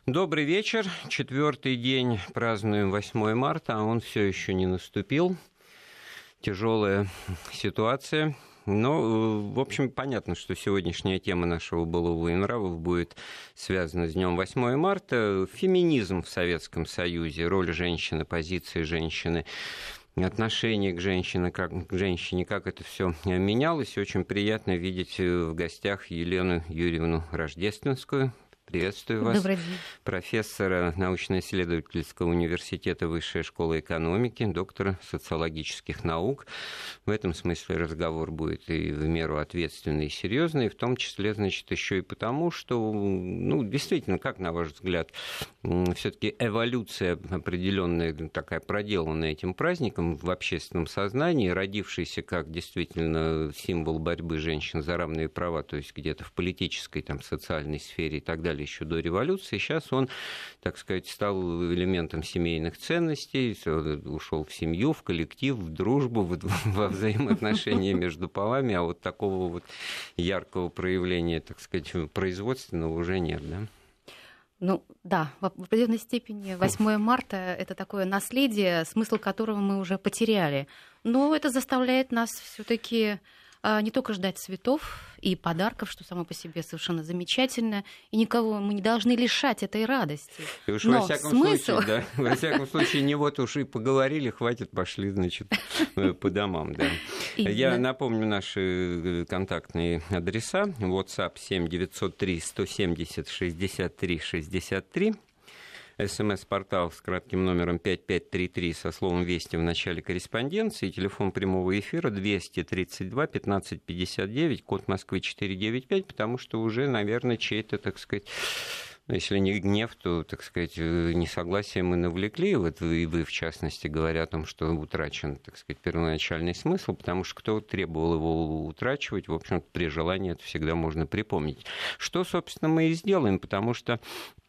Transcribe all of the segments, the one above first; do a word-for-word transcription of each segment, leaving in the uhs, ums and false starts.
Добрый вечер. Четвертый день празднуем восьмое марта, а он все еще не наступил. Тяжелая ситуация. Но, в общем, понятно, что сегодняшняя тема нашего «Былого и нравов» будет связана с днем восьмое марта. Феминизм в Советском Союзе, роль женщины, позиции женщины, отношение к женщине, как, к женщине, как это все менялось. Очень приятно видеть в гостях Елену Юрьевну Рождественскую. Приветствую вас. Добрый день. Профессора научно-исследовательского университета Высшей школы экономики, доктора социологических наук. В этом смысле разговор будет и в меру ответственный и серьезный, в том числе, значит, еще и потому, что, ну, действительно, как, на ваш взгляд, все-таки эволюция определенная, такая проделанная этим праздником в общественном сознании, родившийся как действительно символ борьбы женщин за равные права, то есть где-то в политической, там, социальной сфере и так далее, еще до революции. Сейчас он, так сказать, стал элементом семейных ценностей, ушел в семью, в коллектив, в дружбу, во взаимоотношения между полами, а вот такого вот яркого проявления, так сказать, производственного уже нет, да? Ну да, в определенной степени восьмое марта — это такое наследие, смысл которого мы уже потеряли. Но это заставляет нас все-таки не только ждать цветов и подарков, что само по себе совершенно замечательно, и никого мы не должны лишать этой радости. И уж Но во всяком смысл... случае, да, во всяком случае, не вот уж и поговорили, хватит, пошли, значит, по домам, да. Я напомню наши контактные адреса. WhatsApp семь девятьсот три сто семьдесят шестьдесят три шестьдесят три. СМС-портал с кратким номером пять пять три три со словом «Вести» в начале корреспонденции. Телефон прямого эфира двести тридцать два пятнадцать пятьдесят девять, код Москвы четыреста девяносто пять, потому что уже, наверное, чей-то, так сказать, если не гнев, то, так сказать, несогласие мы навлекли. Вот и вы, в частности, говоря о том, что утрачен, так сказать, первоначальный смысл, потому что кто требовал его утрачивать, в общем-то, при желании это всегда можно припомнить. Что, собственно, мы и сделаем, потому что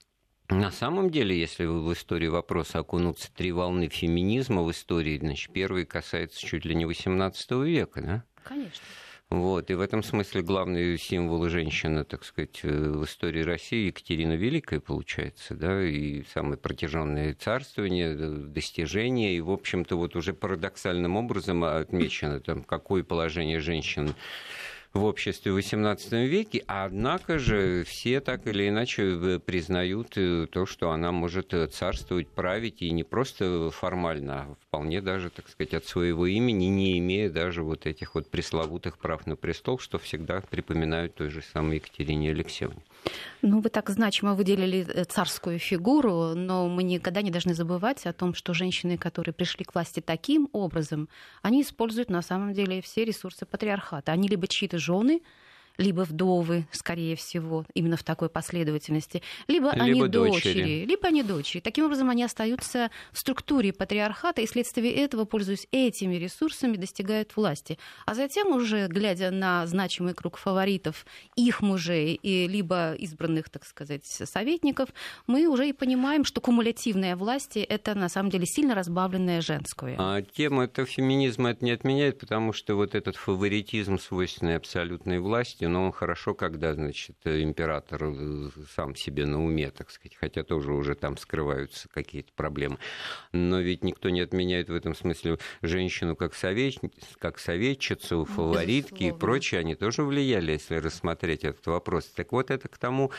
на самом деле, если в историю вопроса окунуться, три волны феминизма в истории, значит, первый касается чуть ли не восемнадцатого века, да? Конечно. Вот, и в этом смысле главный символ женщины, так сказать, в истории России Екатерина Великая, получается, да, и самое протяженное царствование, достижения, и, в общем-то, вот уже парадоксальным образом отмечено, там, какое положение женщин в обществе в восемнадцатом веке, однако же все так или иначе признают то, что она может царствовать, править, и не просто формально, а вполне даже, так сказать, от своего имени, не имея даже вот этих вот пресловутых прав на престол, что всегда припоминают той же самой Екатерине Алексеевне. Ну, вы так значимо выделили царскую фигуру, но мы никогда не должны забывать о том, что женщины, которые пришли к власти таким образом, они используют на самом деле все ресурсы патриархата. Они либо чьи-то жены, либо вдовы, скорее всего, именно в такой последовательности, либо, либо они дочери. дочери, либо они дочери. Таким образом, они остаются в структуре патриархата, и вследствие этого, пользуясь этими ресурсами, достигают власти. А затем уже, глядя на значимый круг фаворитов, их мужей, и либо избранных, так сказать, советников, мы уже и понимаем, что кумулятивная власть — это, на самом деле, сильно разбавленная женскую. А тема этого феминизма это не отменяет, потому что вот этот фаворитизм, свойственный абсолютной власти, но он хорошо, когда, значит, император сам себе на уме, так сказать, хотя тоже уже там скрываются какие-то проблемы. Но ведь никто не отменяет в этом смысле женщину как, совет... как советчицу, фаворитки Безусловно. И прочее. Они тоже влияли, если рассмотреть этот вопрос. Так вот, это к тому,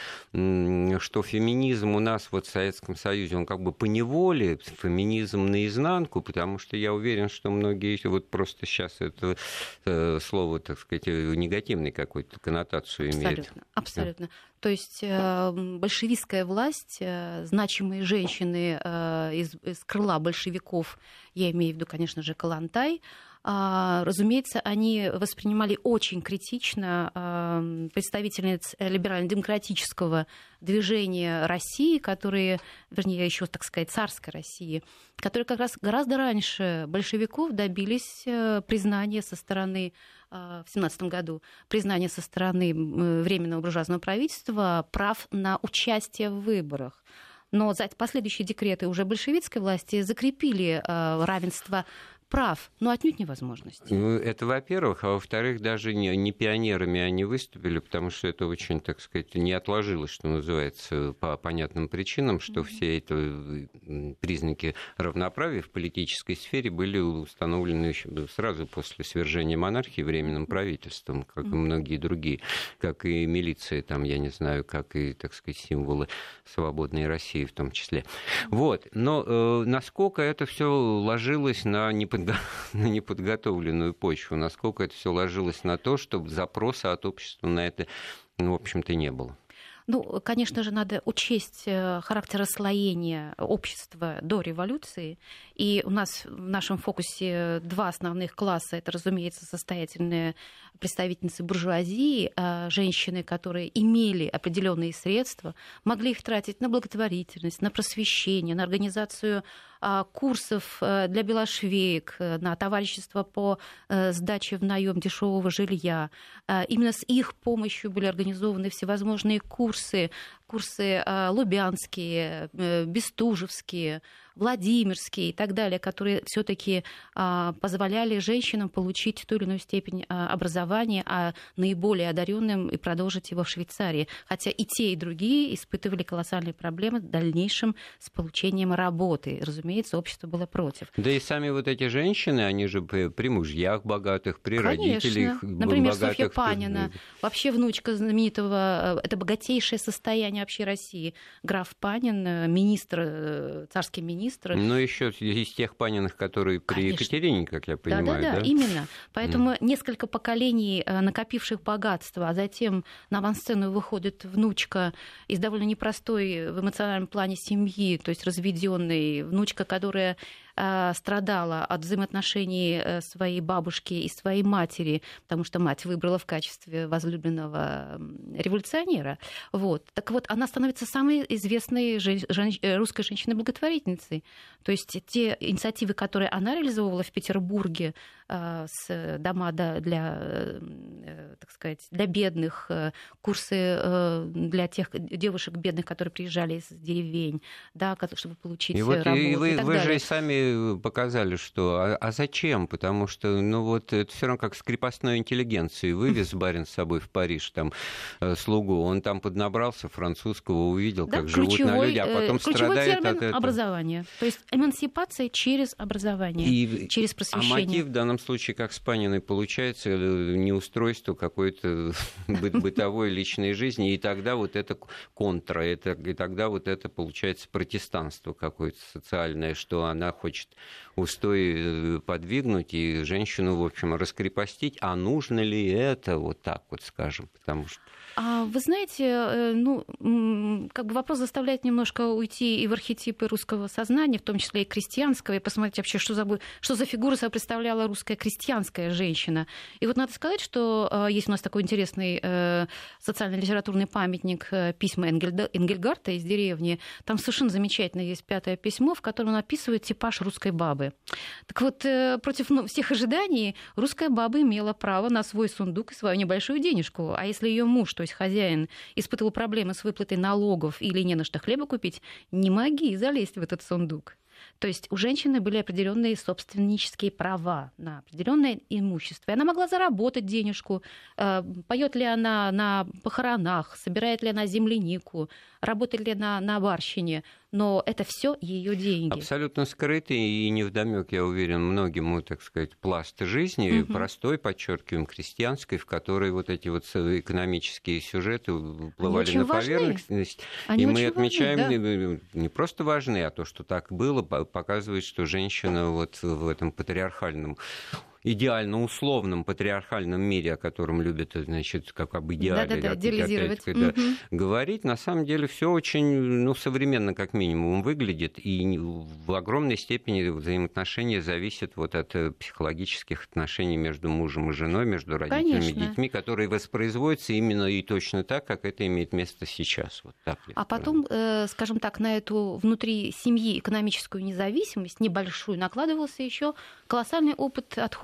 что феминизм у нас вот в Советском Союзе, он как бы поневоле, феминизм наизнанку, потому что я уверен, что многие, вот просто сейчас это слово, так сказать, негативный какой-то коннотацию имеет. Абсолютно. Абсолютно. Да. То есть большевистская власть, значимые женщины из, из крыла большевиков, я имею в виду, конечно же, Калантай, разумеется, они воспринимали очень критично представительниц либерально-демократического движения России, которые, вернее, еще, так сказать, царской России, которые как раз гораздо раньше большевиков добились признания со стороны, в семнадцатом году, признания со стороны Временного буржуазного правительства прав на участие в выборах. Но за последующие декреты уже большевистской власти закрепили равенство прав, но отнюдь не возможностей. Ну, это во-первых, а во-вторых, даже не, не пионерами они выступили, потому что это очень, так сказать, не отложилось, что называется, по понятным причинам, что mm-hmm. все эти признаки равноправия в политической сфере были установлены еще сразу после свержения монархии временным правительством, как mm-hmm. и многие другие, как и милиция, там, я не знаю, как и, так сказать, символы свободной России в том числе. Mm-hmm. Вот. Но э, насколько это все ложилось на неподготовленность, на неподготовленную почву, насколько это все ложилось на то, чтобы запроса от общества на это, ну, в общем-то, не было. Ну, конечно же, надо учесть характер расслоения общества до революции. И у нас в нашем фокусе два основных класса. Это, разумеется, состоятельные представительницы буржуазии, женщины, которые имели определенные средства, могли их тратить на благотворительность, на просвещение, на организацию курсов для белошвеек, на товарищество по сдаче в наем дешевого жилья. Именно с их помощью были организованы всевозможные курсы, курсы лубянские, бестужевские, Владимирские и так далее, которые все-таки позволяли женщинам получить ту или иную степень образования, а наиболее одаренным и продолжить его в Швейцарии. Хотя и те, и другие испытывали колоссальные проблемы в дальнейшем с получением работы. Разумеется, общество было против. Да и сами вот эти женщины, они же при мужьях богатых, при Конечно. родителях Например, богатых. Софья Панина, вообще внучка знаменитого, это богатейшее состояние вообще России. Граф Панин, министр, царский министр. Ну, еще из тех Паниных, которые при Конечно. Екатерине, как я понимаю. Да, да, да, именно. Поэтому mm. несколько поколений накопивших богатство, а затем на авансцену выходит внучка из довольно непростой в эмоциональном плане семьи, то есть разведенной, внучка, которая страдала от взаимоотношений своей бабушки и своей матери, потому что мать выбрала в качестве возлюбленного революционера. Вот. Так вот, она становится самой известной жен... русской женщиной-благотворительницей. То есть те инициативы, которые она реализовывала в Петербурге, с дома для, так сказать, для бедных, курсы для тех девушек бедных, которые приезжали из деревень, да, чтобы получить и вот работу. И вы, и так вы далее. же сами показали, что а, а зачем? Потому что, ну вот, это все равно как с крепостной интеллигенцией. Вывез барин с собой в Париж там слугу, он там поднабрался французского, увидел, да, как живут на люди, а потом страдает термин от этого. Образование. То есть эмансипация через образование, и, через просвещение. А мотив в данном случае, как с Паниной, получается неустройство какой-то бытовой личной жизни, и тогда вот это контра, это, и тогда вот это получается протестанство какое-то социальное, что она хочет устои подвигнуть и женщину, в общем, раскрепостить. А нужно ли это, вот так вот скажем, потому что... А вы знаете, ну, как бы вопрос заставляет немножко уйти и в архетипы русского сознания, в том числе и крестьянского, и посмотреть вообще, что за, что за фигуру собой представляла русская крестьянская женщина. И вот надо сказать, что есть у нас такой интересный социально-литературный памятник письма Энгельгарта из деревни. Там совершенно замечательно есть пятое письмо, в котором он описывает типаж русской бабы. Так вот, против всех ожиданий русская баба имела право на свой сундук и свою небольшую денежку. А если ее муж, то есть хозяин, испытывал проблемы с выплатой налогов или не на что хлеба купить, не моги залезть в этот сундук. То есть у женщины были определенные собственнические права на определенное имущество. И она могла заработать денежку. Поет ли она на похоронах, собирает ли она землянику, работает ли она на барщине. Но это все ее деньги. Абсолютно скрытый и невдомёк, я уверен, многим, так сказать, пласт жизни, угу. простой, подчеркиваем, крестьянской, в которой вот эти вот экономические сюжеты выплывали на поверхность. И мы отмечаем, важны, да. не просто важны, а то, что так было, показывает, что женщина вот в этом патриархальном, идеально условном патриархальном мире, о котором любят, значит, как об идеале да, да, да, да, угу. говорить, на самом деле все очень, ну, современно как минимум выглядит, и в огромной степени взаимоотношения зависят вот от психологических отношений между мужем и женой, между родителями Конечно. и детьми, которые воспроизводятся именно и точно так, как это имеет место сейчас. Вот так а потом, э, скажем так, на эту внутри семьи экономическую независимость небольшую накладывался еще колоссальный опыт отхода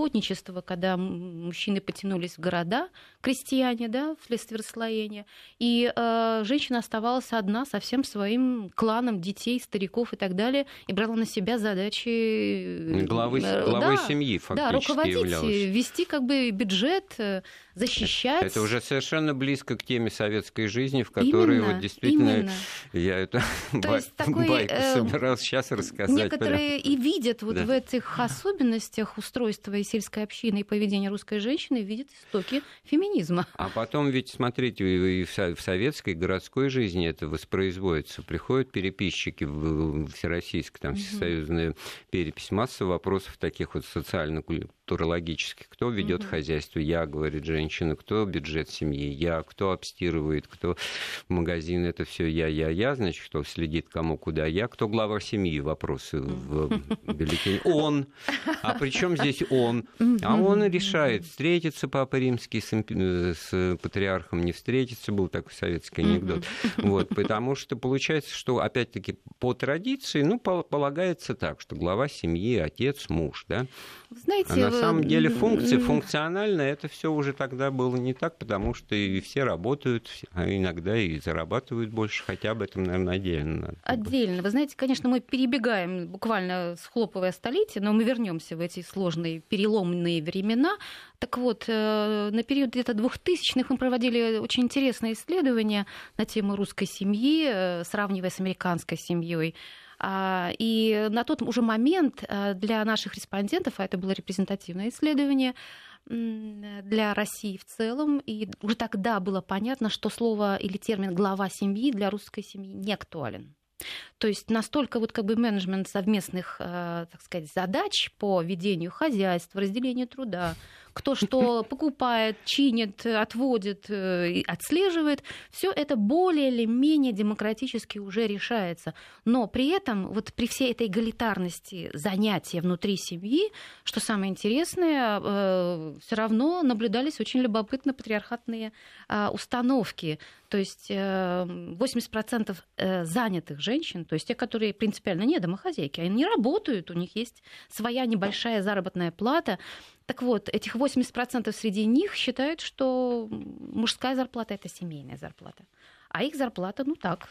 работничества, когда мужчины потянулись в города, крестьяне, да, вследствие расслоения, и э, женщина оставалась одна со всем своим кланом детей, стариков и так далее, и брала на себя задачи... Главы, э, главой да, семьи фактически да, руководить, являлась. вести как бы бюджет, защищать. Это уже совершенно близко к теме советской жизни, в которой именно, вот действительно именно. я эту ба- такой, байку э, собирался сейчас рассказать. Некоторые прям. и видят вот да. в этих особенностях устройства и сельской общины, и поведения русской женщины, видят истоки феминизма. А потом ведь, смотрите, и в советской городской жизни это воспроизводится. Приходят переписчики в всероссийскую, там, всесоюзную перепись, масса вопросов таких вот социально-культурологических. Кто ведет угу. хозяйство? Я, говорит женщина. Кто бюджет семьи? Я. Кто обстирывает? Кто магазин? Это все я, я, я. Значит, кто следит кому куда? Я. Кто глава семьи? Вопросы в бюллетене. Он. А при чем здесь он? А он и решает, встретится Папа Римский с, с патриархом, не встретится. Был такой советский анекдот. Вот, потому что получается, что, опять-таки, по традиции, ну, полагается так, что глава семьи, отец, муж, да? Знаете, а на самом деле функции, функционально это все уже тогда было не так, потому что и все работают, а иногда и зарабатывают больше, хотя об этом, наверное, отдельно надо. Отдельно. Вы знаете, конечно, мы перебегаем, буквально схлопывая столетие, но мы вернемся в эти сложные переломные времена. Так вот, на период где-то двухтысячных мы проводили очень интересное исследование на тему русской семьи, сравнивая с американской семьей. И на тот уже момент для наших респондентов, а это было репрезентативное исследование, для России в целом, и уже тогда было понятно, что слово или термин «глава семьи» для русской семьи не актуален. То есть настолько вот как бы менеджмент совместных, так сказать, задач по ведению хозяйства, разделению труда, кто что покупает, чинит, отводит, отслеживает, все это более или менее демократически уже решается. Но при этом вот при всей этой эгалитарности занятия внутри семьи, что самое интересное, все равно наблюдались очень любопытно патриархатные установки. То есть восемьдесят процентов занятых женщин, то есть те, которые принципиально не домохозяйки, они работают, у них есть своя небольшая заработная плата. Так вот, этих восемьдесят процентов среди них считают, что мужская зарплата – это семейная зарплата, а их зарплата, ну так.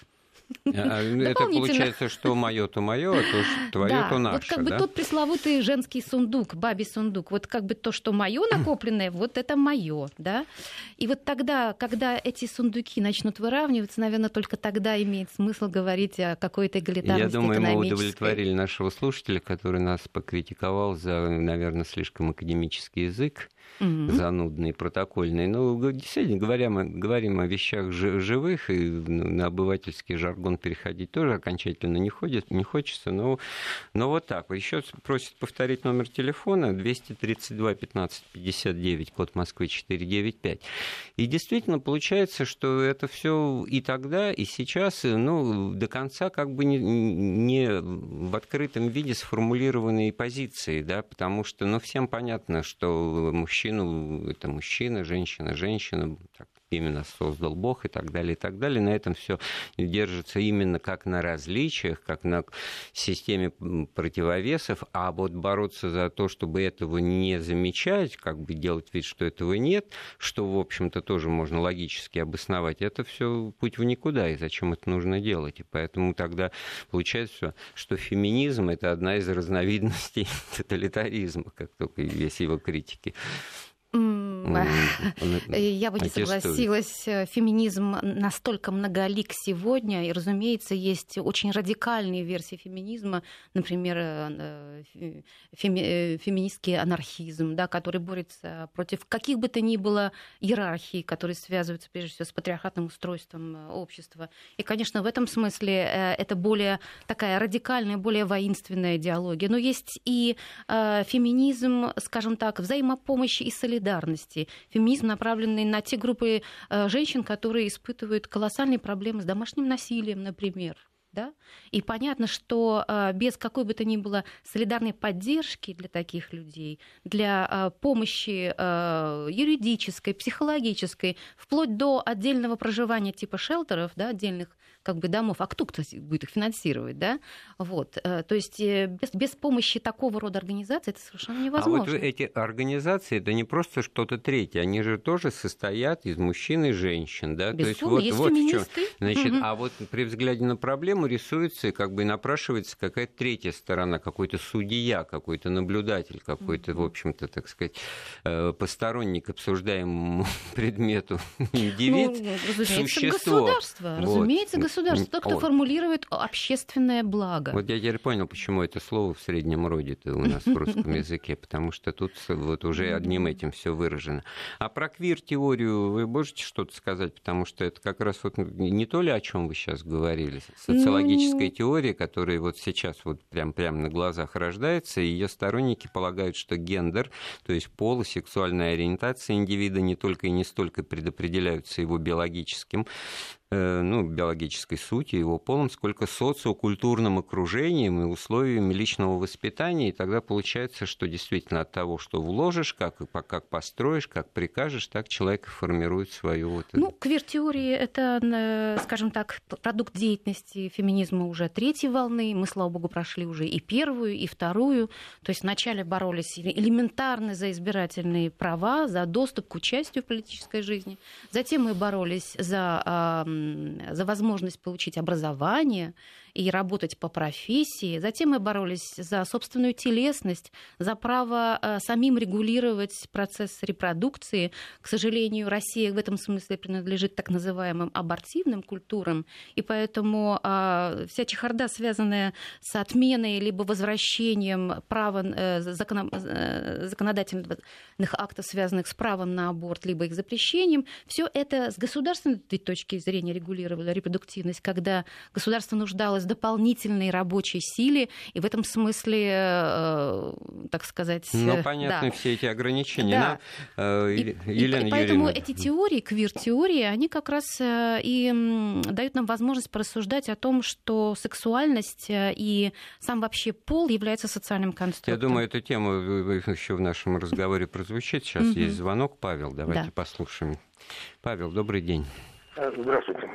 Это получается, что мое, то мое, а то твое, да, то наше. Вот как да? бы тот пресловутый женский сундук, бабий сундук. Вот как бы то, что мое накопленное, вот это мое, да. И вот тогда, когда эти сундуки начнут выравниваться, наверное, только тогда имеет смысл говорить о какой-то эгалитарности Я думаю, экономической. мы удовлетворили нашего слушателя, который нас покритиковал за, наверное, слишком академический язык. Mm-hmm. занудный, протокольный. Но действительно, говоря, мы говорим о вещах живых, и на обывательский жаргон переходить тоже окончательно не, ходит, не хочется. Но, но вот так. Еще просят повторить номер телефона двести тридцать два пятнадцать пятьдесят девять, код Москвы четыреста девяносто пять. И действительно получается, что это все и тогда, и сейчас, ну, до конца как бы не, не в открытом виде сформулированные позиции, да, потому что, ну, всем понятно, что мужчина это мужчина, женщина, женщина, так именно создал Бог и так далее, и так далее. На этом все держится именно как на различиях, как на системе противовесов, а вот бороться за то, чтобы этого не замечать, как бы делать вид, что этого нет, что, в общем-то, тоже можно логически обосновать, это все путь в никуда, и зачем это нужно делать? И поэтому тогда получается, что феминизм — это одна из разновидностей тоталитаризма, как только есть его критики. Я бы не согласилась. Феминизм настолько многолик сегодня, и, разумеется, есть очень радикальные версии феминизма, например, феми... феминистский анархизм, да, который борется против каких бы то ни было иерархий, которые связываются, прежде всего, с патриархатным устройством общества. И, конечно, в этом смысле это более такая радикальная, более воинственная идеология. Но есть и феминизм, скажем так, взаимопомощи и солидарности. Феминизм, направленный на те группы женщин, которые испытывают колоссальные проблемы с домашним насилием, например. Да? И понятно, что без какой бы то ни было солидарной поддержки для таких людей, для помощи юридической, психологической, вплоть до отдельного проживания типа шелтеров, да, отдельных как бы домов, а кто, кто будет их финансировать, да? Вот. То есть без, без помощи такого рода организаций это совершенно невозможно. А вот эти организации, это не просто что-то третье, они же тоже состоят из мужчин и женщин, да? Безусловно, То есть, вот, есть вот в чем. Значит, угу. а вот при взгляде на проблему рисуется, как бы напрашивается какая-то третья сторона, какой-то судья, какой-то наблюдатель, какой-то, угу. в общем-то, так сказать, посторонник обсуждаемому предмету индивид, ну, разумеется, существо. Государство, вот. разумеется, государство. Тот, кто вот. формулирует общественное благо. Вот я теперь понял, почему это слово в среднем роде-то у нас в русском языке, потому что тут вот уже одним этим все выражено. А про квир-теорию вы можете что-то сказать? Потому что это как раз вот не то ли, о чем вы сейчас говорили, социологическая теория, которая вот сейчас вот прям, прям на глазах рождается, и ее сторонники полагают, что гендер, то есть пол и сексуальная ориентация индивида не только и не столько предопределяются его биологическим, ну, биологической сути, его полом, сколько социокультурным окружением и условиями личного воспитания. И тогда получается, что действительно от того, что вложишь, как, как построишь, как прикажешь, так человек формирует свою... Вот ну, квир-теория — это, скажем так, продукт деятельности феминизма уже третьей волны. Мы, слава богу, прошли уже и первую, и вторую. То есть вначале боролись элементарно за избирательные права, за доступ к участию в политической жизни. Затем мы боролись за... за возможность получить образование и работать по профессии. Затем мы боролись за собственную телесность, за право самим регулировать процесс репродукции. К сожалению, Россия в этом смысле принадлежит так называемым абортивным культурам, и поэтому вся чехарда, связанная с отменой либо возвращением права законодательных актов, связанных с правом на аборт, либо их запрещением, все это с государственной точки зрения регулировало репродуктивность, когда государство нуждалось в дополнительной рабочей силе, и в этом смысле, э, так сказать... Ну, понятны да. все эти ограничения. Да. На, э, и, Елена и поэтому Юрьевна. эти теории, квир-теории, они как раз и дают нам возможность порассуждать о том, что сексуальность и сам вообще пол является социальным конструктом. Я думаю, эта тема еще в нашем разговоре прозвучит. Сейчас есть звонок. Павел, давайте да. послушаем. Павел, добрый день. Здравствуйте.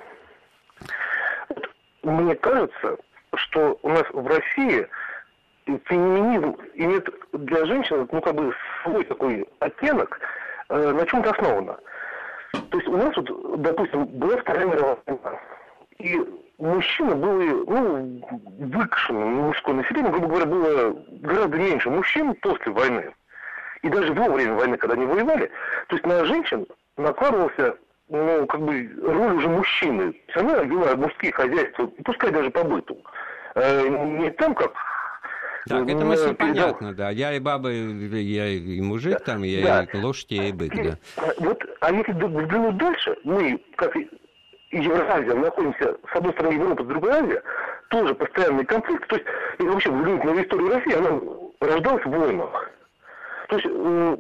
Мне кажется, что у нас в России феминизм имеет для женщин, ну, как бы свой такой оттенок, э, на чем-то основано. То есть у нас вот, допустим, была Вторая мировая война, и мужчины были, ну, выкашены, мужское население, грубо говоря, было гораздо меньше мужчин после войны. И даже во время войны, когда они воевали, то есть на женщин накладывался, ну, как бы, роль уже мужчины. Она вела мужские хозяйства, пускай даже по быту. Э, не там, как... Так, это мысль понятна, да. Я и баба, я и мужик, да, там, я да. и лошадь, я и бык, да. Вот, а если взглянуть дальше, мы, как и Евразия, находимся с одной стороны Европы, с другой Азия, тоже постоянный конфликт. То есть, если вообще взглянуть на историю России, она рождалась в войнах. То есть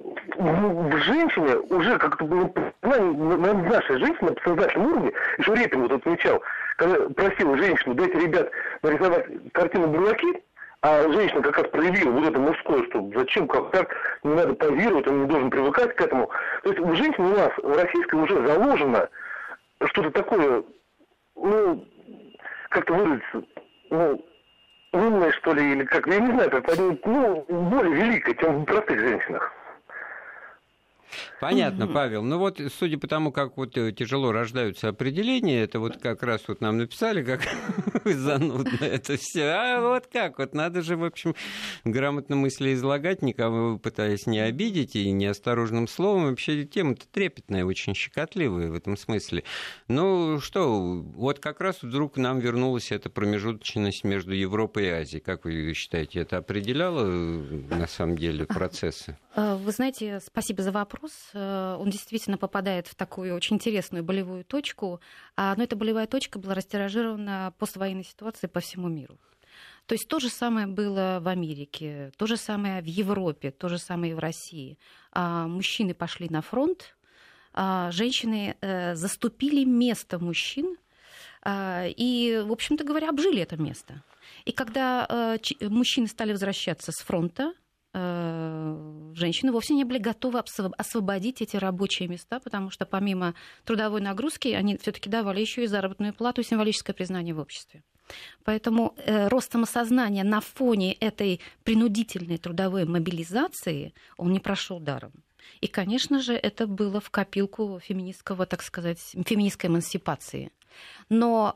в женщине уже как-то, ну, наша женщина на подсознательном уровне, еще Репин вот отмечал, когда просила женщину, дайте, ребят, нарисовать картину «Бурлаки», а женщина как раз проявила вот это мужское, что зачем, как так, не надо позировать, он не должен привыкать к этому. То есть в женщине у нас, в российской, уже заложено что-то такое, ну, как-то выразиться, ну, умное, что ли, или как, я не знаю, как, ну, более великое, чем в простых женщинах. Понятно, Павел. Ну вот, судя по тому, как вот тяжело рождаются определения, это вот как раз вот нам написали, как занудно это все. А вот как вот, надо же, в общем, грамотно мысли излагать, никого пытаясь не обидеть и неосторожным словом. Вообще тема-то трепетная, очень щекотливая в этом смысле. Ну что, вот как раз вдруг нам вернулась эта промежуточность между Европой и Азией. Как вы считаете, это определяло на самом деле процессы? Вы знаете, спасибо за вопрос. Он действительно попадает в такую очень интересную болевую точку. Но эта болевая точка была растиражирована поствоенной ситуации по всему миру. То есть то же самое было в Америке, то же самое в Европе, то же самое и в России. Мужчины пошли на фронт, женщины заступили место мужчин и, в общем-то говоря, обжили это место. И когда мужчины стали возвращаться с фронта, женщины вовсе не были готовы освободить эти рабочие места, потому что помимо трудовой нагрузки они все-таки давали еще и заработную плату и символическое признание в обществе. Поэтому э, рост самосознания на фоне этой принудительной трудовой мобилизации, он не прошел даром. И, конечно же, это было в копилку феминистского, так сказать, феминистской эмансипации. Но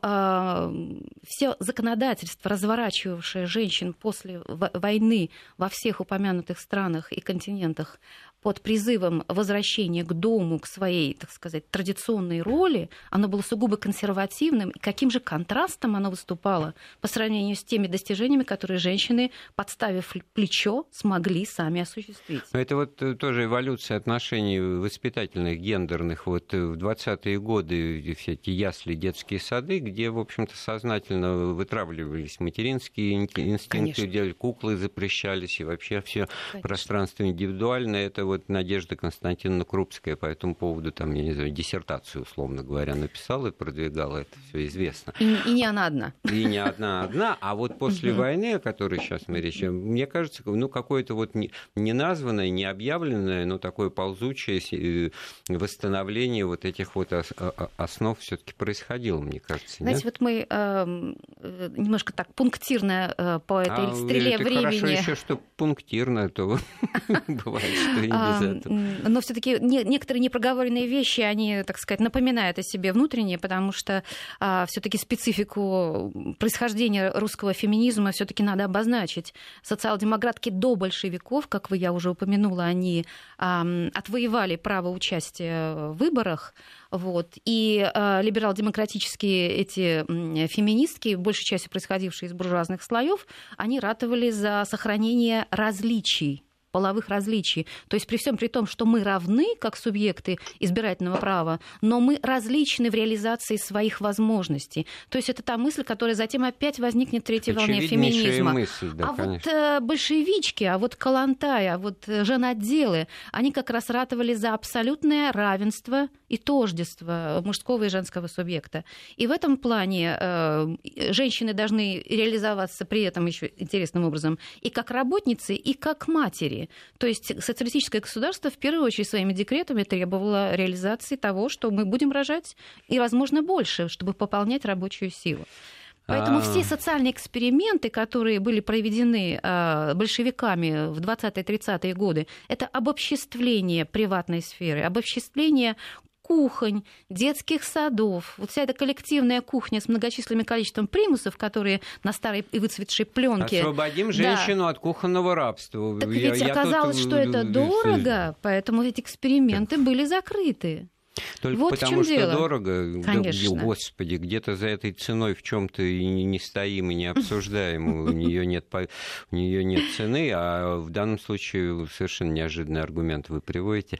э, все законодательство, разворачивавшее женщин после войны во всех упомянутых странах и континентах под призывом возвращения к дому, к своей, так сказать, традиционной роли, оно было сугубо консервативным. И каким же контрастом оно выступало по сравнению с теми достижениями, которые женщины, подставив плечо, смогли сами осуществить. Это вот тоже эволюция отношений воспитательных, гендерных. Вот в двадцатые годы все эти ясли, детские сады, где, в общем-то, сознательно вытравливались материнские инстинкты, делали, куклы запрещались, и вообще все пространство индивидуальное. Это вот Надежда Константиновна Крупская по этому поводу, там, я не знаю, диссертацию, условно говоря, написала и продвигала, это все известно. И, и не она одна. И не одна одна, а вот после войны, о которой сейчас мы речь, мне кажется, ну, какое-то вот неназванное, необъявленное, но такое ползучее восстановление вот этих вот основ все-таки происходило, мне кажется. Знаете, нет? вот мы э, немножко так пунктирно э, по этой а стреле времени... Хорошо еще, что пунктирно, то бывает, что и без этого. Но все-таки некоторые непроговоренные вещи, они, так сказать, напоминают о себе внутренне, потому что все-таки специфику происхождения русского феминизма все-таки надо обозначить. Социал-демократки до большевиков, как вы, я уже упомянула, они отвоевали право участия в выборах. Вот. И э, либерал-демократические эти феминистки, большей частью происходившие из буржуазных слоев, они ратовали за сохранение различий, половых различий. То есть при всем при том, что мы равны как субъекты избирательного права, но мы различны в реализации своих возможностей. То есть это та мысль, которая затем опять возникнет в третьей волне феминизма. Мысль, да, а конечно. вот э, большевички, а вот Калантай, а вот женотделы, они как раз ратовали за абсолютное равенство и тождество мужского и женского субъекта. И в этом плане э, женщины должны реализоваться при этом еще интересным образом и как работницы, и как матери. То есть социалистическое государство в первую очередь своими декретами требовало реализации того, что мы будем рожать и, возможно, больше, чтобы пополнять рабочую силу. Поэтому все социальные эксперименты, которые были проведены большевиками в двадцатые-тридцатые годы, это обобществление приватной сферы, обобществление кухонь, детских садов, вот вся эта коллективная кухня с многочисленным количеством примусов, которые на старой и выцветшей пленке... Освободим женщину да. от кухонного рабства. Так ведь я, оказалось, я тут... что это дорого, поэтому эти эксперименты были закрыты. Только вот потому, что дело. дорого, Конечно. Да, господи, где-то за этой ценой в чем-то и не стоим, и не обсуждаем, у нее нет, у нее нет цены, а в данном случае совершенно неожиданный аргумент вы приводите.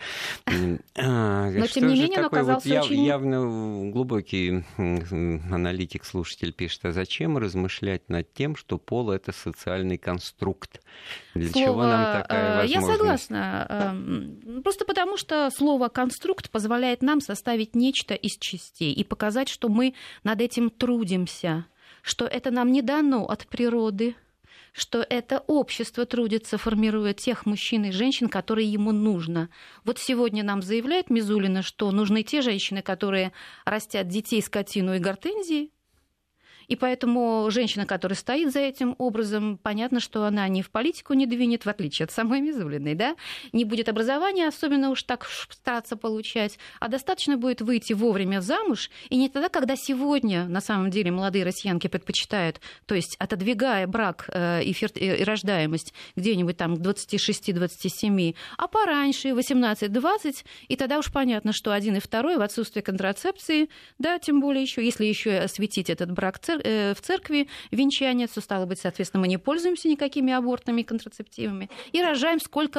Но, тем не менее, он оказался очень... Явно глубокий аналитик, слушатель пишет, а зачем размышлять над тем, что пол — это социальный конструкт? Для слово... чего нам такая возможность? Я согласна. Просто потому, что слово «конструкт» позволяет нам составить нечто из частей и показать, что мы над этим трудимся, что это нам не дано от природы, что это общество трудится, формируя тех мужчин и женщин, которые ему нужно. Вот сегодня нам заявляет Мизулина, что нужны те женщины, которые растят детей, скотину и гортензии. И поэтому женщина, которая стоит за этим образом, понятно, что она ни в политику не двинет, в отличие от самой Мизулиной, да? Не будет образования, особенно уж так стараться получать, а достаточно будет выйти вовремя замуж, и не тогда, когда сегодня, на самом деле, молодые россиянки предпочитают, то есть отодвигая брак и, фер... и рождаемость где-нибудь там к двадцати шести — двадцати семи, а пораньше, восемнадцать-двадцать, и тогда уж понятно, что один и второй в отсутствие контрацепции, да, тем более еще, если еще осветить этот брак в церкви, венчание, то, стало быть, соответственно, мы не пользуемся никакими абортными контрацептивами и рожаем сколько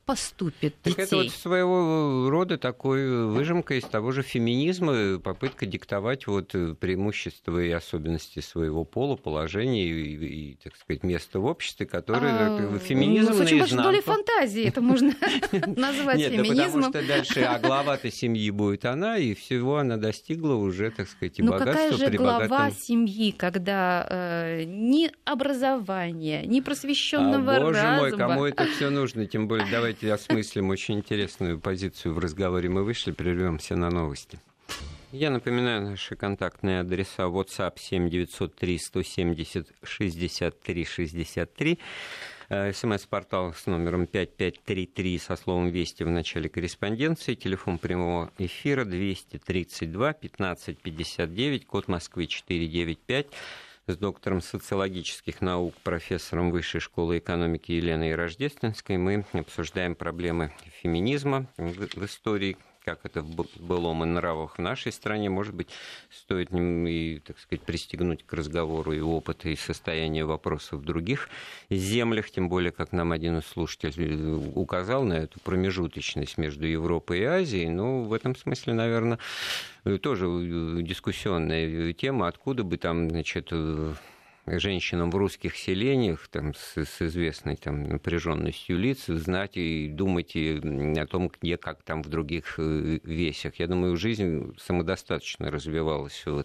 поступит так детей. Это вот своего рода такой выжимка из того же феминизма, попытка диктовать вот преимущества и особенности своего пола, положения и, и так сказать, места в обществе, которое а, феминизм ну, с очень большой долей фантазии это можно назвать феминизмом. Нет, потому что дальше, а глава-то семьи будет она, и всего она достигла уже, так сказать, и богатства. Ну какая же при глава богатом... семьи, когда э, ни образования, ни просвещенного а, боже разума... мой, кому это все нужно? Тем более, давайте осмыслим очень интересную позицию в разговоре. Мы вышли, прервемся на новости. Я напоминаю, наши контактные адреса: WhatsApp семь девятьсот три сто семьдесят шестьдесят три шестьдесят три, СМС-портал с номером пять пять три три со словом «Вести» в начале корреспонденции, телефон прямого эфира двести тридцать два пятнадцать пятьдесят девять, код Москвы четыреста девяносто пять. С доктором социологических наук, профессором Высшей школы экономики Еленой Рождественской мы обсуждаем проблемы феминизма в истории, как это в былом и нравах в нашей стране. Может быть, стоит и, так сказать, пристегнуть к разговору и опыт, и состояние вопросов в других землях, тем более, как нам один из слушателей указал на эту промежуточность между Европой и Азией. Ну, в этом смысле, наверное, тоже дискуссионная тема, откуда бы там, значит, женщинам в русских селениях там, с, с известной там, напряженностью лиц знать и думать и о том, где, как там в других весях. Я думаю, жизнь самодостаточно развивалась вот,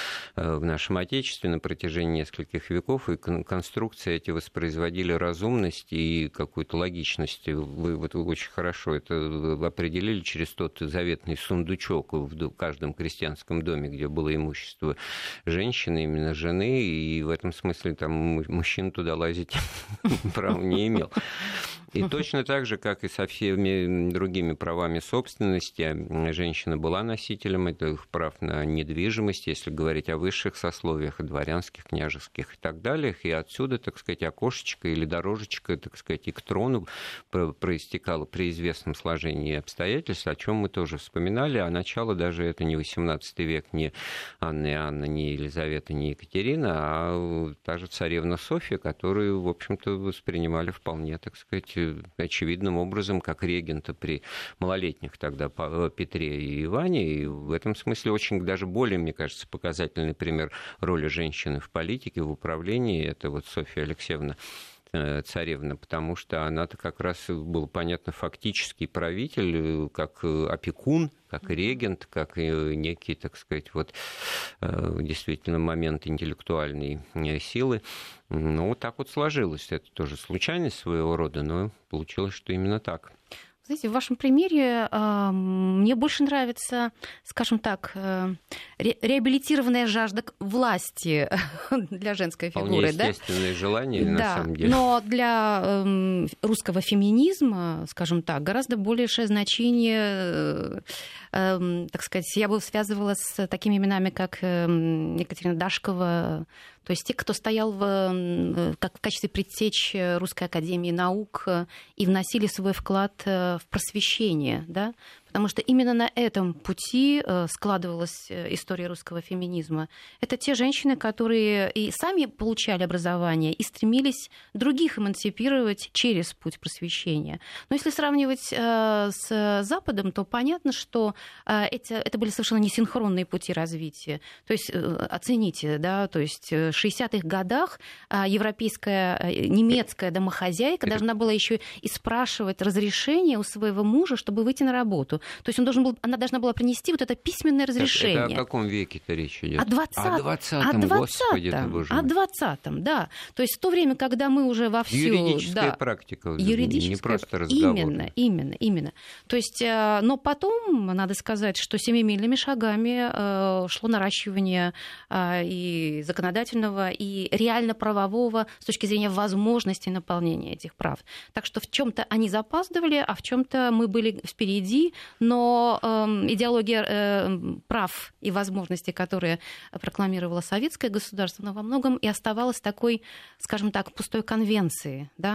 в нашем Отечестве на протяжении нескольких веков, и конструкции эти воспроизводили разумность и какую-то логичность. Вы вот очень хорошо это определили через тот заветный сундучок в каждом крестьянском доме, где было имущество женщины, именно жены, и в этом В этом смысле там мужчина туда лазить права не имел. И точно так же, как и со всеми другими правами собственности, женщина была носителем этих прав на недвижимость, если говорить о высших сословиях, дворянских, княжеских и так далее. И отсюда, так сказать, окошечко или дорожечко, так сказать, и к трону проистекало при известном сложении обстоятельств, о чем мы тоже вспоминали. А начало даже это не восемнадцатый век, не Анна и Анна, не Елизавета, не Екатерина, а та же царевна Софья, которую, в общем-то, воспринимали вполне, так сказать, очевидным образом, как регента при малолетних тогда Петре и Иване. И в этом смысле очень даже более, мне кажется, показательный пример роли женщины в политике, в управлении. Это вот Софья Алексеевна царевна, потому что она-то как раз, было понятно, фактический правитель, как опекун, как регент, как некий, так сказать, вот, действительно момент интеллектуальной силы. Ну, вот так вот сложилось. Это тоже случайность своего рода, но получилось, что именно так. Знаете, в вашем примере э, мне больше нравится, скажем так, э, ре- реабилитированная жажда власти для женской фигуры. Вполне естественное да? желание, на да, самом деле. Но для э, русского феминизма, скажем так, гораздо большее значение, э, э, так сказать, я бы связывала с такими именами, как э, Екатерина Дашкова, то есть те, кто стоял в, как в качестве предтеч Русской академии наук и вносили свой вклад в просвещение, да? Потому что именно на этом пути складывалась история русского феминизма. Это те женщины, которые и сами получали образование, и стремились других эмансипировать через путь просвещения. Но если сравнивать с Западом, то понятно, что эти, это были совершенно несинхронные пути развития. То есть оцените, да, то есть в шестидесятых годах европейская, немецкая домохозяйка должна была еще и спрашивать разрешение у своего мужа, чтобы выйти на работу. То есть он должен был, она должна была принести вот это письменное разрешение. Это о каком веке-то речь идет? О двадцатом. О двадцатом, Господи ты, боже мой. О двадцатом, да. То есть в то время, когда мы уже вовсю... Юридическая да, практика, юридическая, не просто разговор. Именно, именно, именно. То есть, но потом, надо сказать, что семимильными шагами шло наращивание и законодательного, и реально правового с точки зрения возможности наполнения этих прав. Так что в чем-то они запаздывали, а в чем-то мы были впереди, но э, идеология э, прав и возможностей, которые прокламировало советское государство, но во многом и оставалась такой, скажем так, пустой конвенцией, да?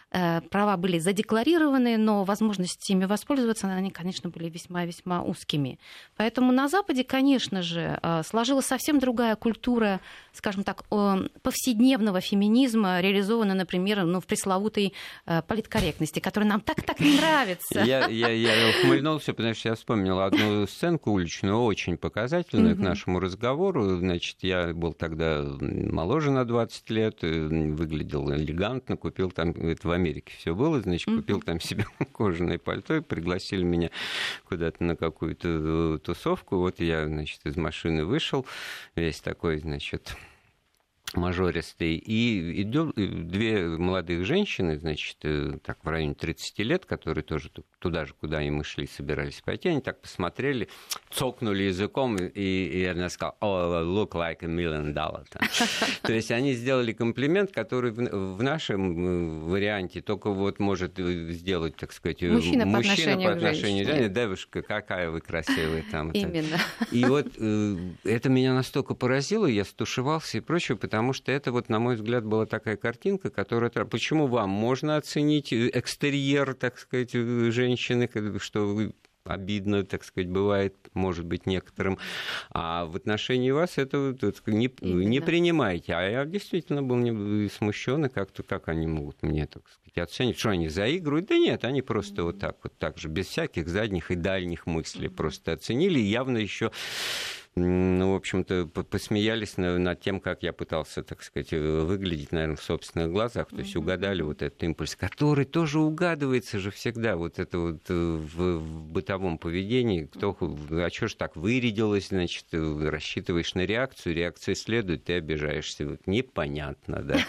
права были задекларированы, но возможности ими воспользоваться, они, конечно, были весьма-весьма узкими. Поэтому на Западе, конечно же, сложилась совсем другая культура, скажем так, повседневного феминизма, реализованная, например, ну, в пресловутой политкорректности, которая нам так-так не нравится. Я, я, я ухмыльнулся, потому что я вспомнил одну сценку уличную, очень показательную к нашему разговору. Значит, я был тогда моложе на двадцать лет, выглядел элегантно, купил там, это в Америке все было, значит, купил там себе кожаное пальто, и пригласили меня куда-то на какую-то тусовку. Вот я, значит, из машины вышел, весь такой, значит, мажористый, и идут две молодых женщины, значит, так в районе тридцати лет, которые тоже туда же, куда и мы шли, собирались пойти, они так посмотрели, цокнули языком, и, и она сказала, oh, look like a million dollars. То есть они сделали комплимент, который в, в нашем варианте только вот может сделать, так сказать, мужчина, мужчина по отношению, по отношению к женщине. Да, девушка, какая вы красивая там. Именно. И вот это меня настолько поразило, я стушевался и прочее, потому Потому что это, вот, на мой взгляд, была такая картинка, которая... Почему вам можно оценить экстерьер, так сказать, женщины, что обидно, так сказать, бывает, может быть, некоторым, а в отношении вас это не, не принимаете. А я действительно был не смущен, и как-то как они могут мне, так сказать, оценить, что они заигрывают? Да нет, они просто вот так вот, так же, без всяких задних и дальних мыслей просто оценили, и явно еще... Ну, в общем-то, посмеялись над тем, как я пытался, так сказать, выглядеть, наверное, в собственных глазах. То есть угадали вот этот импульс, который тоже угадывается же всегда. Вот это вот в, в бытовом поведении. Кто, а что ж так вырядилось, значит, рассчитываешь на реакцию, реакция следует, ты обижаешься. Вот непонятно, да.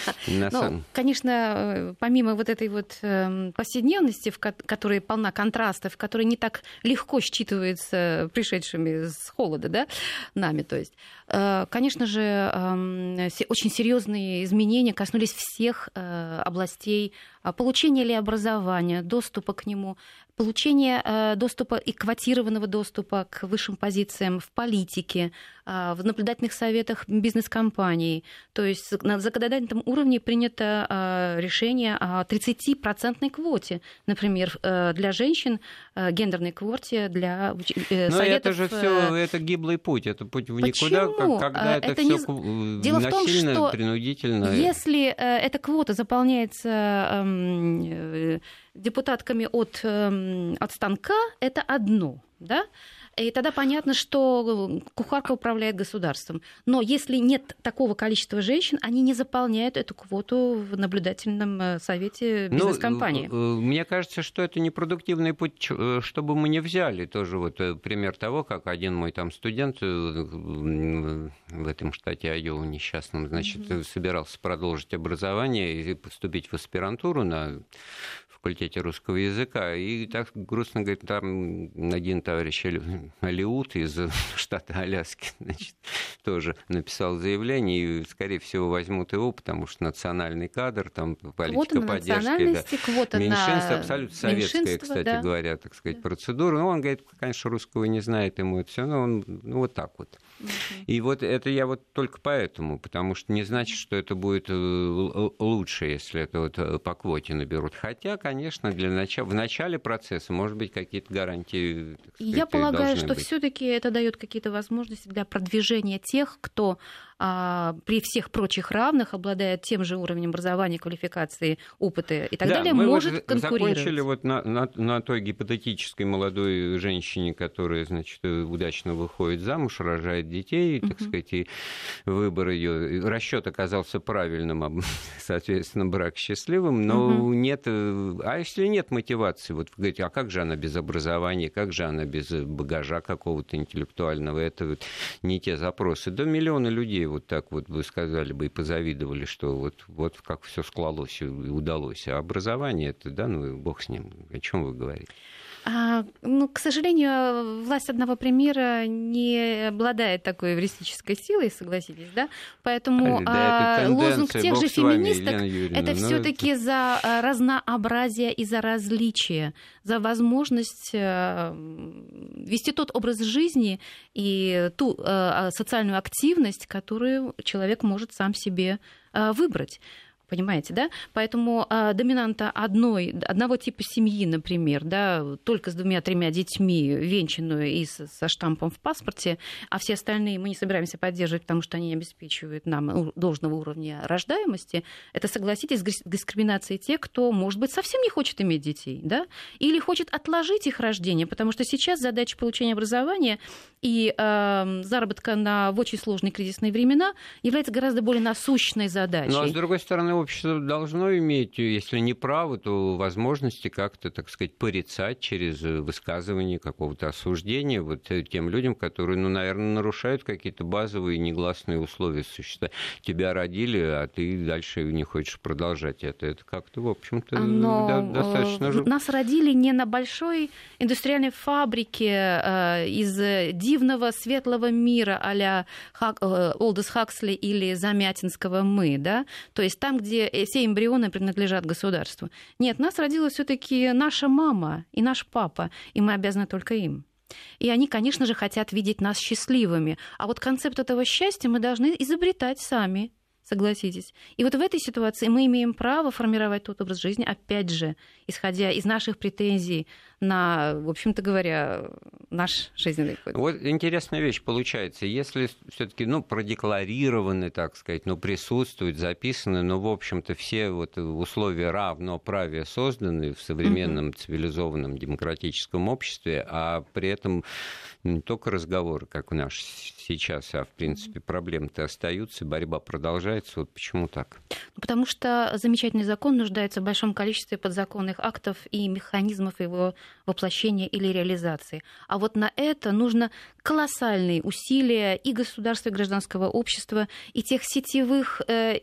Ну, конечно, помимо вот этой вот повседневности, в которой полна контрастов, которая не так легко считывается пришедшими с холода, да, нами, то есть, конечно же, очень серьезные изменения коснулись всех областей получения ли образования, доступа к нему, получения доступа и квотированного доступа к высшим позициям в политике, в наблюдательных советах бизнес-компаний. То есть на законодательном уровне принято решение о тридцатипроцентной квоте, например, для женщин, гендерной квоте для советов. Но это же все, это гиблый путь, это путь в никуда, Почему? когда это, это все не... Дело насильно, в том, что принудительно. Если эта квота заполняется депутатками от, от станка, это одно, да? И тогда понятно, что кухарка управляет государством. Но если нет такого количества женщин, они не заполняют эту квоту в наблюдательном совете бизнес-компании. Ну, мне кажется, что это непродуктивный путь, чтобы мы не взяли. Тоже вот пример того, как один мой там студент в этом штате Айова несчастном, значит, mm-hmm. собирался продолжить образование и поступить в аспирантуру на факультете русского языка, и так грустно говорит, там один товарищ Алиут из штата Аляски, значит, тоже написал заявление, и, скорее всего, возьмут его, потому что национальный кадр, там политика поддержки, да. меньшинство, абсолютно советская, кстати да. говоря, так сказать, да. процедура. Ну, он говорит, конечно, русского не знает, ему это все, но он ну, вот так вот. Uh-huh. И вот это я вот только поэтому, потому что не значит, что это будет лучше, если это вот по квоте наберут. Хотя, конечно, для начала, в начале процесса, может быть, какие-то гарантии, так сказать, я полагаю, что быть. Все-таки это дает какие-то возможности для продвижения тех, кто а, при всех прочих равных обладает тем же уровнем образования, квалификации, опыта и так да, далее, мы может вот конкурировать. Закончили вот на, на, на той гипотетической молодой женщине, которая, значит, удачно выходит замуж, рожает детей, uh-huh. так сказать, и выбор ее, расчет оказался правильным, соответственно, брак счастливым, но uh-huh. нет, а если нет мотивации, вот вы говорите, а как же она без образования, как же она без багажа какого-то интеллектуального, это вот не те запросы. Да миллионы людей вот так вот вы сказали бы и позавидовали, что вот, вот как все склалось и удалось. А образование это, да, ну бог с ним, о чем вы говорите? А, ну, к сожалению, власть одного примера не обладает такой эвристической силой, согласитесь, да? Поэтому да, а, лозунг тех же феминисток – это все-таки это... за разнообразие и за различие, за возможность вести тот образ жизни и ту социальную активность, которую человек может сам себе выбрать. Понимаете, да? Поэтому э, доминанта одной, одного типа семьи, например, да, только с двумя-тремя детьми, венчанную и с, со штампом в паспорте, а все остальные мы не собираемся поддерживать, потому что они не обеспечивают нам должного уровня рождаемости, это, согласитесь, дискриминация тех, кто, может быть, совсем не хочет иметь детей, да, или хочет отложить их рождение, потому что сейчас задача получения образования и э, заработка на, в очень сложные кризисные времена является гораздо более насущной задачей. Ну, а с другой стороны, общество должно иметь, если не право, то возможности как-то, так сказать, порицать через высказывание какого-то осуждения вот тем людям, которые, ну, наверное, нарушают какие-то базовые негласные условия существования. Тебя родили, а ты дальше не хочешь продолжать это. Это как-то, в общем-то, Но да, достаточно... Нас родили не на большой индустриальной фабрике э, из дивного светлого мира а-ля Хак, э, Олдос Хаксли или Замятинского «Мы», да? То есть там, где все эмбрионы принадлежат государству. Нет, нас родила все-таки наша мама и наш папа, и мы обязаны только им. И они, конечно же, хотят видеть нас счастливыми. А вот концепт этого счастья мы должны изобретать сами, согласитесь. И вот в этой ситуации мы имеем право формировать тот образ жизни, опять же, исходя из наших претензий на, в общем-то говоря, наш жизненный путь. Вот интересная вещь получается. Если все-таки, ну, продекларированы, так сказать, ну, присутствуют, записаны, но, в общем-то, все вот условия равноправия созданы в современном mm-hmm. цивилизованном демократическом обществе, а при этом не только разговоры, как у нас сейчас, а, в принципе, проблемы-то остаются, борьба продолжается. Вот почему так? Потому что замечательный закон нуждается в большом количестве подзаконных актов и механизмов его воплощения или реализации. А вот на это нужно колоссальные усилия и государства, и гражданского общества, и тех сетевых э,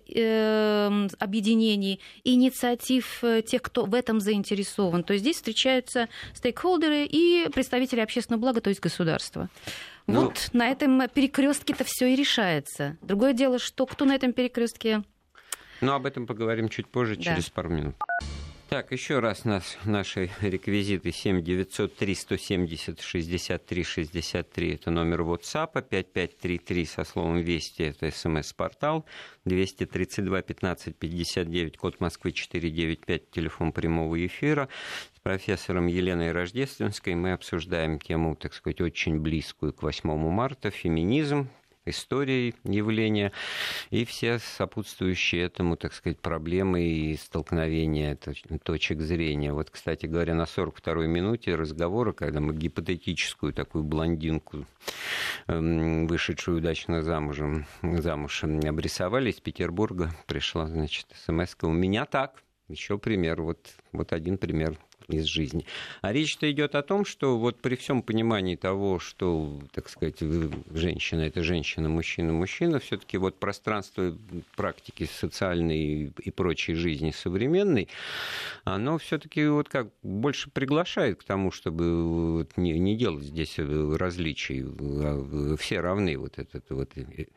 э, объединений, и инициатив тех, кто в этом заинтересован. То есть здесь встречаются стейкхолдеры и представители общественного блага, то есть государства. Ну, вот на этом перекрестке-то все и решается. Другое дело, что кто на этом перекрестке. Ну, об этом поговорим чуть позже, да. через пару минут. Так, еще раз нас, наши реквизиты семь девятьсот три сто семьдесят шестьдесят три шестьдесят три, это номер WhatsApp, пять пять три три со словом «Вести», это смс-портал, двести тридцать два пятнадцать пятьдесят девять, код Москвы четыреста девяносто пять, телефон прямого эфира. С профессором Еленой Рождественской мы обсуждаем тему, так сказать, очень близкую к восьмому марта, феминизм, истории явления и все сопутствующие этому, так сказать, проблемы и столкновения точек зрения. Вот, кстати говоря, на сорок второй минуте разговора, когда мы гипотетическую такую блондинку, вышедшую удачно замужем, замуж, обрисовали, из Петербурга пришла, значит, смс-ка: «У меня так». Еще пример, вот, вот один пример из жизни. А речь-то идет о том, что вот при всем понимании того, что, так сказать, женщина — это женщина, мужчина — мужчина, все-таки вот пространство практики социальной и прочей жизни современной, оно все-таки вот как больше приглашает к тому, чтобы вот не, не делать здесь различий. Все равны, вот этот вот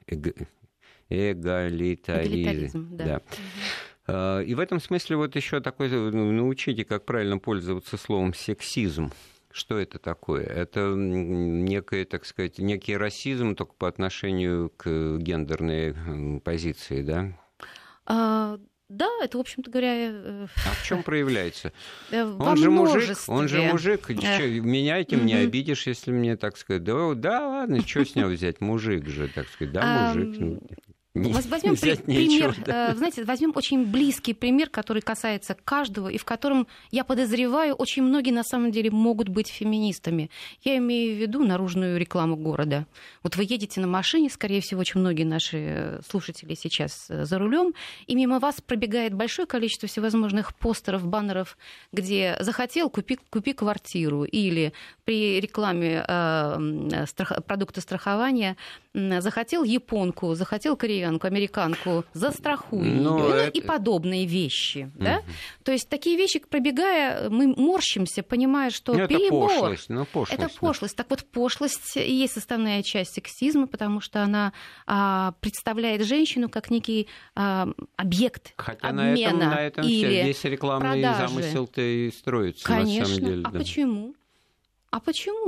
эгалитаризм. Эгалитаризм, да. Да. И в этом смысле вот еще такой, научите, как правильно пользоваться словом «сексизм». Что это такое? Это некое, так сказать, некий расизм только по отношению к гендерной позиции, да? А... Да, это, в общем-то говоря... А в чем проявляется? Во он же множестве. мужик, он же мужик. Что, меня этим не обидишь, если мне, так сказать, да, да ладно, что с него взять? Мужик же, так сказать, да, мужик. Возьмем при, пример, да. знаете, возьмем очень близкий пример, который касается каждого, и в котором, я подозреваю, очень многие на самом деле могут быть феминистами. Я имею в виду наружную рекламу города. Вот вы едете на машине, скорее всего, очень многие наши слушатели сейчас за рулем, и мимо вас пробегает большое количество всевозможных постеров, баннеров, где захотел, купи, купи квартиру, или при рекламе э, страх, продукта страхования захотел японку, захотел кореянку, американку, застрахуй Но ее, это... и подобные вещи. Mm-hmm. Да? То есть такие вещи, пробегая, мы морщимся, понимая, что ну, перебор. Это пошлость. Ну, пошлость. Это пошлость. Так вот, пошлость и есть составная часть сексизма, потому что она а, представляет женщину как некий а, объект Хотя обмена. На этом, на этом или здесь рекламный продажи. замысел-то и строится, Конечно. на самом деле. А да. почему? А почему?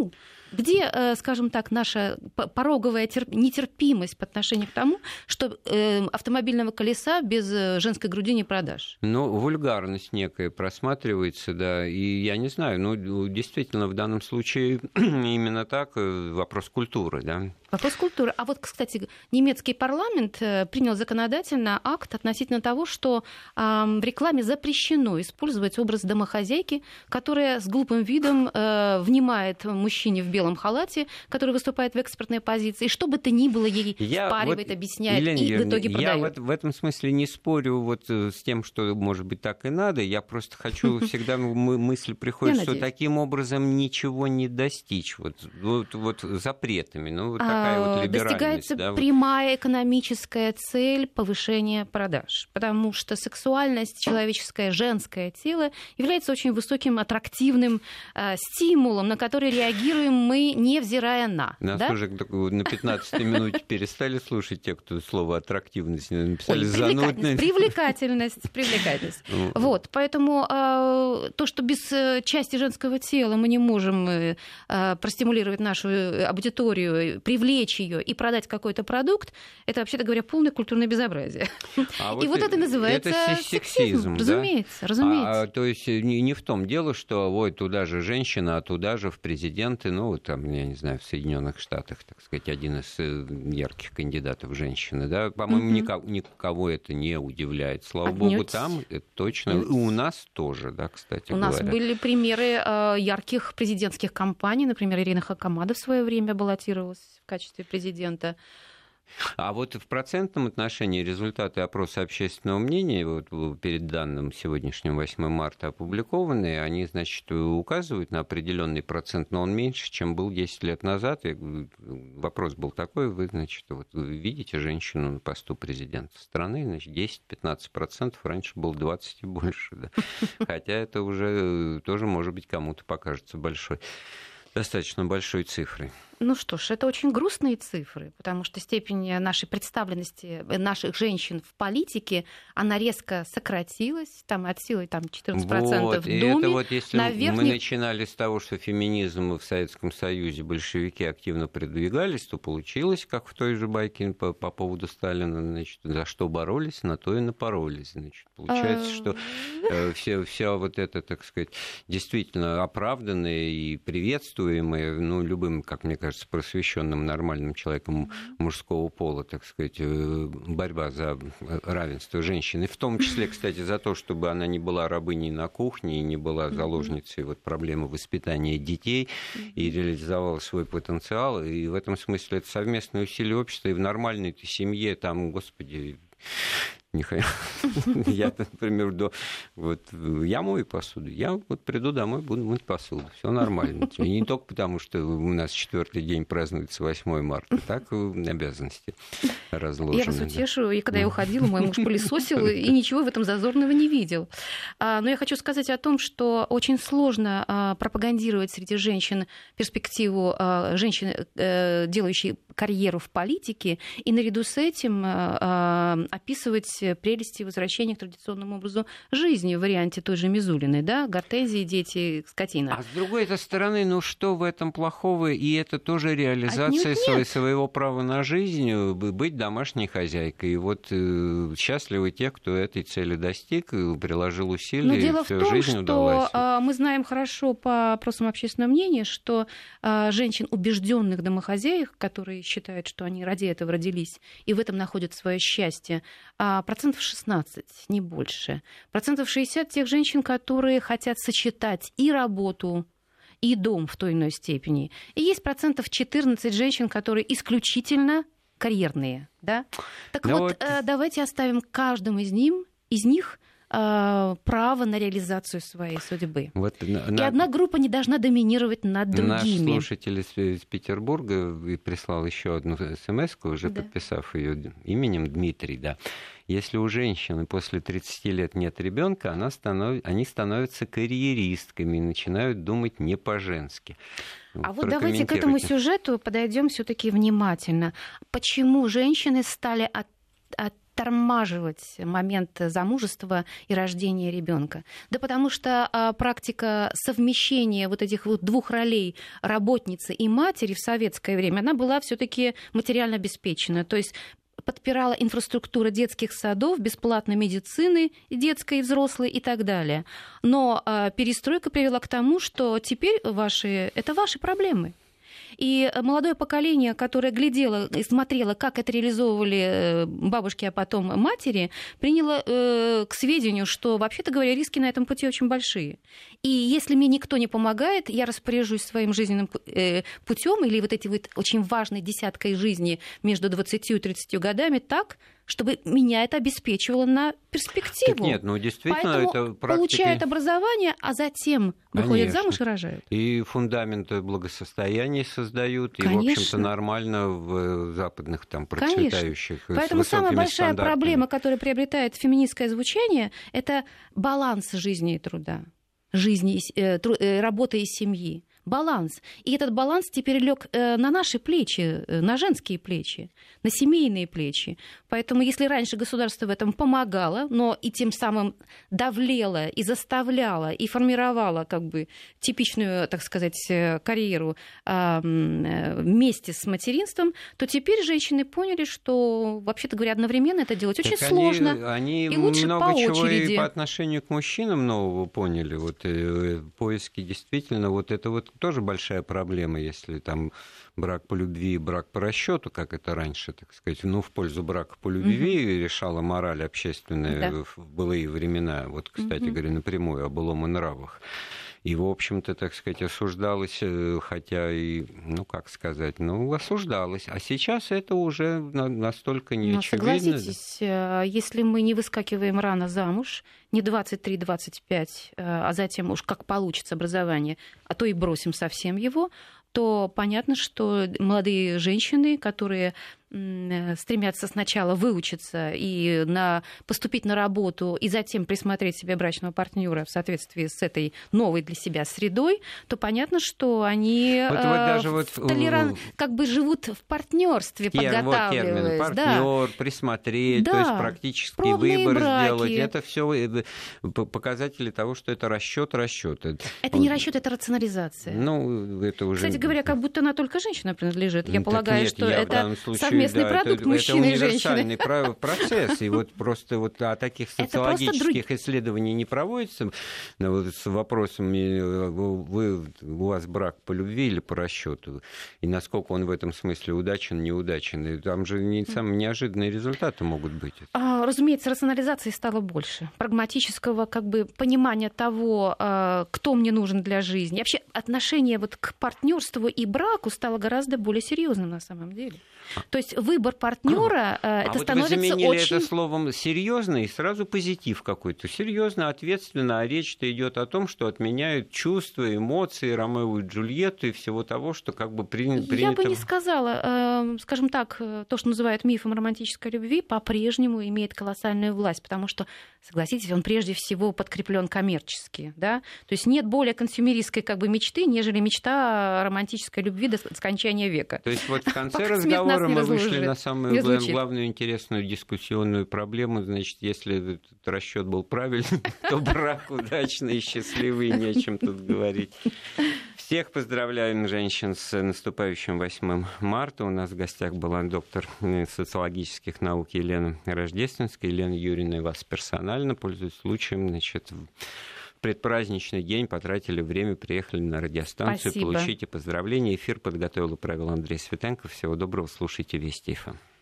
Где, скажем так, наша пороговая нетерпимость по отношению к тому, что автомобильного колеса без женской груди не продашь? Ну, вульгарность некая просматривается, да, и я не знаю, ну, действительно, в данном случае именно так, вопрос культуры, да. Вопрос культуры. А вот, кстати, немецкий парламент принял законодательно акт относительно того, что э, в рекламе запрещено использовать образ домохозяйки, которая с глупым видом э, внимает мужчине в белом халате, который выступает в экспортной позиции, и что бы то ни было ей я впаривает, вот, объясняет, Елена, и в итоге продает. Я в, в этом смысле не спорю вот с тем, что, может быть, так и надо. Я просто хочу, всегда мысль приходит, что таким образом ничего не достичь, вот, вот, вот запретами. Ну, вот такая вот либеральность. Достигается да, прямая экономическая цель повышения продаж, потому что сексуальность, человеческое женское тело является очень высоким аттрактивным э, стимулом, на который реагируем мы, невзирая на. Нас да? уже на пятнадцатой минуте перестали слушать те, кто слово «аттрактивность» написали. Ой, привлекательность, привлекательность, привлекательность. Вот, поэтому э, то, что без части женского тела мы не можем э, простимулировать нашу аудиторию, привлечь ее и продать какой-то продукт, это, вообще-то говоря, полное культурное безобразие. А и вот, вот это называется это сексизм, да? разумеется, разумеется. А, то есть не, не в том дело, что ой, туда же женщина, а туда же в президенты, ну, там, я не знаю, в Соединенных Штатах, так сказать, один из ярких кандидатов женщины, да, по-моему, mm-hmm. никого, никого это не удивляет. Слава Отнюдь. Богу, там это точно. Отнюдь. И у нас тоже, да, кстати у говоря. У нас были примеры э, ярких президентских кампаний, например, Ирина Хакамада в свое время баллотировалась в качестве президента. А вот в процентном отношении результаты опроса общественного мнения, вот перед данным сегодняшним восьмого марта опубликованные, они, значит, указывают на определенный процент, но он меньше, чем был десять лет назад. И вопрос был такой: вы, значит, вот вы видите женщину на посту президента страны, значит, десять-пятнадцать процентов, раньше было двадцать и больше. Да. Хотя это уже тоже, может быть, кому-то покажется большой, достаточно большой цифрой. Ну что ж, это очень грустные цифры, потому что степень нашей представленности наших женщин в политике, она резко сократилась, там от силы там, четырнадцать процентов вот, в Думе. И это вот если на верхних... мы начинали с того, что феминизм в Советском Союзе большевики активно продвигались, то получилось, как в той же байке по, по поводу Сталина, значит, за что боролись, на то и напоролись. Значит, получается, что э, все, все вот это, так сказать, действительно оправданное и приветствуемое, ну, любым, как мне кажется, просвещенным, нормальным человеком мужского пола, так сказать, борьба за равенство женщины, в том числе, кстати, за то, чтобы она не была рабыней на кухне и не была заложницей вот проблемы воспитания детей и реализовала свой потенциал. И в этом смысле это совместное усилие общества, и в нормальной-то семье там, господи, я, например, до... вот, я мою посуду. Я вот приду домой, буду мыть посуду. Все нормально. И не только потому, что у нас четвертый день празднуется восьмого марта, так обязанности разложены. Я вас утешу. И когда я уходила, мой муж пылесосил и ничего в этом зазорного не видел. Но я хочу сказать о том, что очень сложно пропагандировать среди женщин перспективу женщин, делающей карьеру в политике, и наряду с этим описывать прелести возвращения к традиционному образу жизни в варианте той же Мизулиной, да, гортензии, дети, скотина. А с другой стороны, ну что в этом плохого? И это тоже реализация своего, своего права на жизнь, быть домашней хозяйкой. И вот э, счастливы те, кто этой цели достиг, приложил усилия, и дело всю в том, жизнь что удалась. Э, мы знаем хорошо по опросам общественного мнения, что э, женщин, убежденных домохозяек, которые считают, что они ради этого родились и в этом находят свое счастье, э, процентов шестнадцать, не больше. Процентов шестьдесят тех женщин, которые хотят сочетать и работу, и дом в той или иной степени. И есть процентов четырнадцать женщин, которые исключительно карьерные. Да? Так да вот, вот, давайте оставим каждому из, ним, из них право на реализацию своей судьбы. Вот на, и одна группа не должна доминировать над другими. Наш слушатель из, из Петербурга прислал еще одну смс-ку, уже да. подписав ее именем Дмитрий, да. Если у женщины после тридцати лет нет ребенка, она станов... они становятся карьеристками и начинают думать не по-женски. А вот давайте к этому сюжету подойдем все-таки внимательно. Почему женщины стали от, от оттормаживать момент замужества и рождения ребенка? Да потому что а, практика совмещения вот этих вот двух ролей работницы и матери в советское время, она была все-таки материально обеспечена. То есть подпирала инфраструктура детских садов, бесплатной медицины, детской и взрослой и так далее. Но а, перестройка привела к тому, что теперь ваши, это ваши проблемы. И молодое поколение, которое глядело и смотрело, как это реализовывали бабушки, а потом матери, приняло э, к сведению, что, вообще-то говоря, риски на этом пути очень большие. И если мне никто не помогает, я распоряжусь своим жизненным э, путем или вот эти вот очень важной десяткой жизни между двадцатью и тридцатью годами так, чтобы меня это обеспечивало на перспективу. Так нет, ну действительно, поэтому это практика... получают образование, а затем выходят Конечно. замуж и рожают. И фундаменты благосостояния создают, Конечно. и, в общем-то, нормально в западных там процветающих. Конечно. Поэтому самая большая проблема, которая приобретает феминистское звучание, это баланс жизни и труда, жизни, э, тру, э, работы и семьи. Баланс. И этот баланс теперь лег на наши плечи, на женские плечи, на семейные плечи. Поэтому если раньше государство в этом помогало, но и тем самым давлело и заставляло, и формировало как бы типичную, так сказать, карьеру вместе с материнством, то теперь женщины поняли, что, вообще-то говоря, одновременно это делать очень так сложно. Они, они и лучше много по чего очереди. И по отношению к мужчинам нового поняли. Вот, э, поиски действительно, вот это вот тоже большая проблема, если там брак по любви и брак по расчету, как это раньше, так сказать, ну, в пользу брака по любви угу. решала мораль общественная да. в былые времена. Вот, кстати угу. говоря, напрямую о былом и нравах. И, в общем-то, так сказать, осуждалось, хотя и, ну, как сказать, ну, осуждалось. А сейчас это уже настолько неочевидно. Но согласитесь, если мы не выскакиваем рано замуж, не двадцать три - двадцать пять, а затем уж как получится образование, а то и бросим совсем его, то понятно, что молодые женщины, которые стремятся сначала выучиться и на, поступить на работу, и затем присмотреть себе брачного партнера в соответствии с этой новой для себя средой, то понятно, что они вот, вот даже вот... толеран... как бы живут в партнерстве, Термин, подготавливаясь. Вот партнер, да. присмотреть, да. то есть практический Пробные выбор браки. сделать. Это все показатели того, что это расчет, расчет. Это не расчет, это рационализация. Ну, это уже... Кстати говоря, как будто она только женщинам принадлежит. Я так полагаю, нет, что я это случае, совместный да, продукт это, мужчины это и женщины. Это универсальный процесс. И вот просто вот о таких социологических друг... исследований не проводится. Вот с вопросом, вы, у вас брак по любви или по расчету, и насколько он в этом смысле удачен, неудачен. И там же не самые неожиданные результаты могут быть. А, разумеется, рационализации стало больше. Прагматического как бы понимания того, кто мне нужен для жизни. И вообще отношение вот к партнерству и браку стало гораздо более серьезным на самом деле. То есть выбор партнера а, это а становится вот вы заменили очень... это словом серьезно и сразу позитив какой-то. Серьезно, ответственно, а речь-то идет о том, что отменяют чувства, эмоции, Ромео и Джульетту и всего того, что как бы принято. Я бы не сказала, скажем так, то, что называют мифом романтической любви, по-прежнему имеет колоссальную власть, потому что, согласитесь, он прежде всего подкреплен коммерчески, да, то есть нет более консюмеристской как бы мечты, нежели мечта о романтической любви до скончания века. То есть вот в конце разговора мы вышли на самую главную интересную дискуссионную проблему. Значит, если этот расчет был правильный, то брак удачный и счастливый, не о чем тут говорить. Всех поздравляем, женщин, с наступающим восьмым марта. У нас в гостях была доктор социологических наук Елена Рождественская. Елена Юрьевна, вас персонально, пользуясь случаем, значит, в предпраздничный день потратили время, приехали на радиостанцию. Спасибо. Получите поздравления. Эфир подготовил и провел Андрей Светенко. Всего доброго, слушайте Вести эф эм.